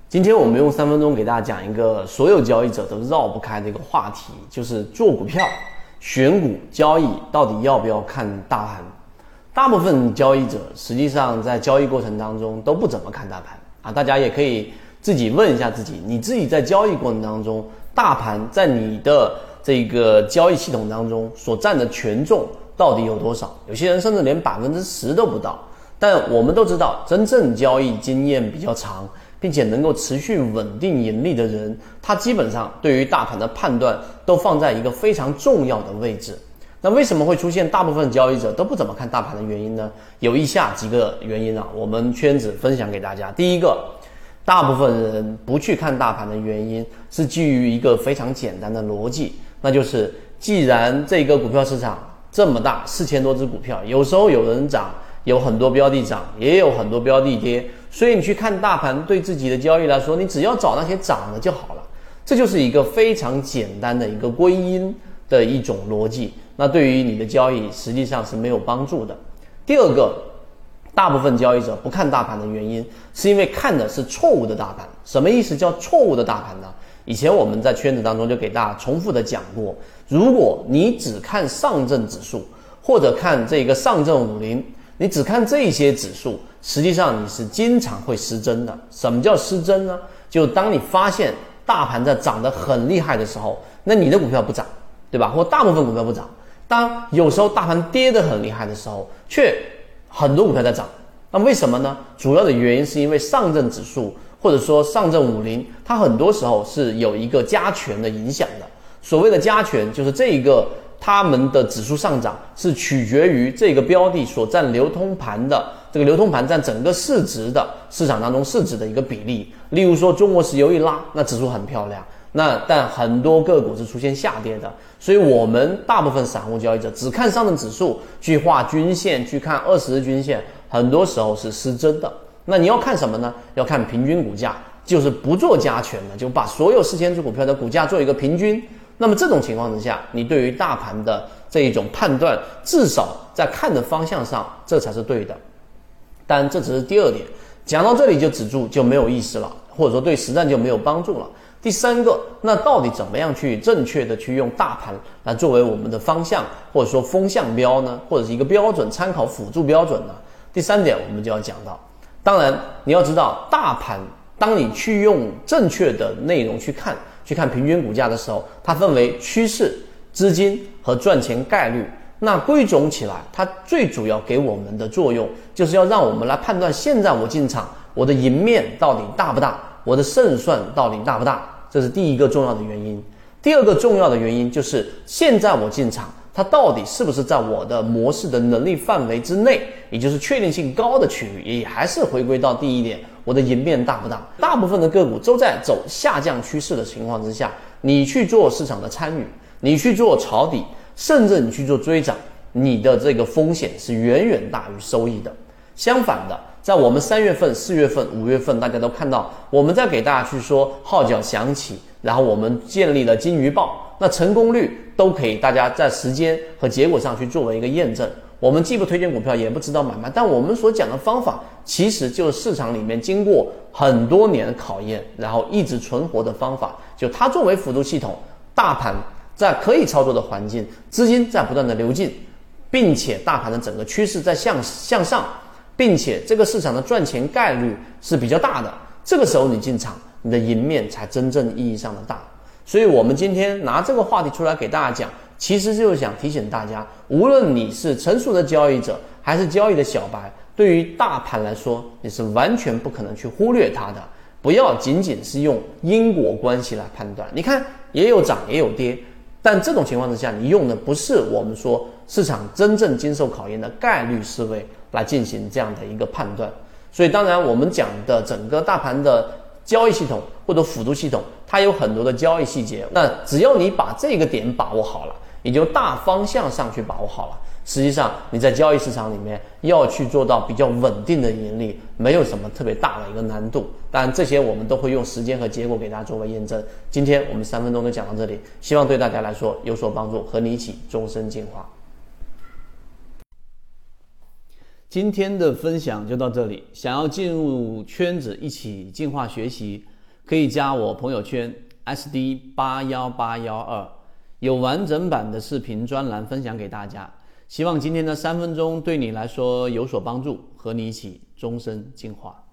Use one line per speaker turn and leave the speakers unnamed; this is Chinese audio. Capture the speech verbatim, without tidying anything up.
今天我们用三分钟给大家讲一个所有交易者都绕不开的一个话题，就是做股票、选股、交易到底要不要看大盘？大部分交易者实际上在交易过程当中都不怎么看大盘啊。大家也可以自己问一下自己，你自己在交易过程当中，大盘在你的这个交易系统当中所占的权重到底有多少？有些人甚至连百分之十都不到。但我们都知道，真正交易经验比较长，并且能够持续稳定盈利的人，他基本上对于大盘的判断都放在一个非常重要的位置。那为什么会出现大部分交易者都不怎么看大盘的原因呢？有以下几个原因啊，我们圈子分享给大家。第一个，大部分人不去看大盘的原因是基于一个非常简单的逻辑，那就是既然这个股票市场这么大，四千多只股票，有时候有人涨，有很多标的涨，也有很多标的跌，所以你去看大盘，对自己的交易来说，你只要找那些涨的就好了。这就是一个非常简单的一个归因的一种逻辑，那对于你的交易实际上是没有帮助的。第二个，大部分交易者不看大盘的原因，是因为看的是错误的大盘。什么意思叫错误的大盘呢？以前我们在圈子当中就给大家重复的讲过，如果你只看上证指数，或者看这个上证五零，你只看这些指数，实际上你是经常会失真的。什么叫失真呢？就当你发现大盘在涨得很厉害的时候，那你的股票不涨，对吧？或大部分股票不涨。当有时候大盘跌得很厉害的时候，却很多股票在涨。那为什么呢？主要的原因是因为上证指数或者说上证五零，它很多时候是有一个加权的影响的。所谓的加权，就是这一个他们的指数上涨是取决于这个标的所占流通盘的，这个流通盘占整个市值的市场当中市值的一个比例。例如说中国石油一拉，那指数很漂亮，那但很多个股是出现下跌的。所以我们大部分散户交易者只看上证指数，去画均线，去看二十日均线，很多时候是失真的。那你要看什么呢？要看平均股价，就是不做加权的，就把所有四千只股票的股价做一个平均。那么这种情况之下，你对于大盘的这一种判断，至少在看的方向上，这才是对的。当然这只是第二点，讲到这里就止住，就没有意思了，或者说对实战就没有帮助了。第三个，那到底怎么样去正确的去用大盘来作为我们的方向，或者说风向标呢，或者是一个标准参考辅助标准呢？第三点我们就要讲到，当然你要知道，大盘当你去用正确的内容去看去看平均股价的时候，它分为趋势、资金和赚钱概率。那归总起来，它最主要给我们的作用，就是要让我们来判断现在我进场，我的赢面到底大不大，我的胜算到底大不大，这是第一个重要的原因。第二个重要的原因就是现在我进场，它到底是不是在我的模式的能力范围之内，也就是确定性高的区域，也还是回归到第一点，我的赢面大不大。大部分的个股都在走下降趋势的情况之下，你去做市场的参与，你去做抄底，甚至你去做追涨，你的这个风险是远远大于收益的。相反的，在我们三月份、四月份、五月份，大家都看到我们在给大家去说号角响起，然后我们建立了金鱼报，那成功率都可以大家在时间和结果上去作为一个验证。我们既不推荐股票，也不指导买卖，但我们所讲的方法其实就是市场里面经过很多年的考验，然后一直存活的方法。就它作为辅助系统，大盘在可以操作的环境，资金在不断的流进，并且大盘的整个趋势在向向上，并且这个市场的赚钱概率是比较大的，这个时候你进场，你的赢面才真正意义上的大。所以我们今天拿这个话题出来给大家讲，其实就是想提醒大家，无论你是成熟的交易者还是交易的小白，对于大盘来说，你是完全不可能去忽略它的。不要仅仅是用因果关系来判断，你看也有涨也有跌，但这种情况之下，你用的不是我们说市场真正经受考验的概率思维来进行这样的一个判断。所以当然我们讲的整个大盘的交易系统或者辅助系统，它有很多的交易细节，那只要你把这个点把握好了，也就大方向上去把握好了，实际上你在交易市场里面要去做到比较稳定的盈利，没有什么特别大的一个难度。当然这些我们都会用时间和结果给大家作为验证。今天我们三分钟就讲到这里，希望对大家来说有所帮助，和你一起终身进化。今天的分享就到这里，想要进入圈子一起进化学习， 可以加我朋友圈 S D 八一八一二，有完整版的视频专栏分享给大家。希望今天的三分钟对你来说有所帮助，和你一起终身进化。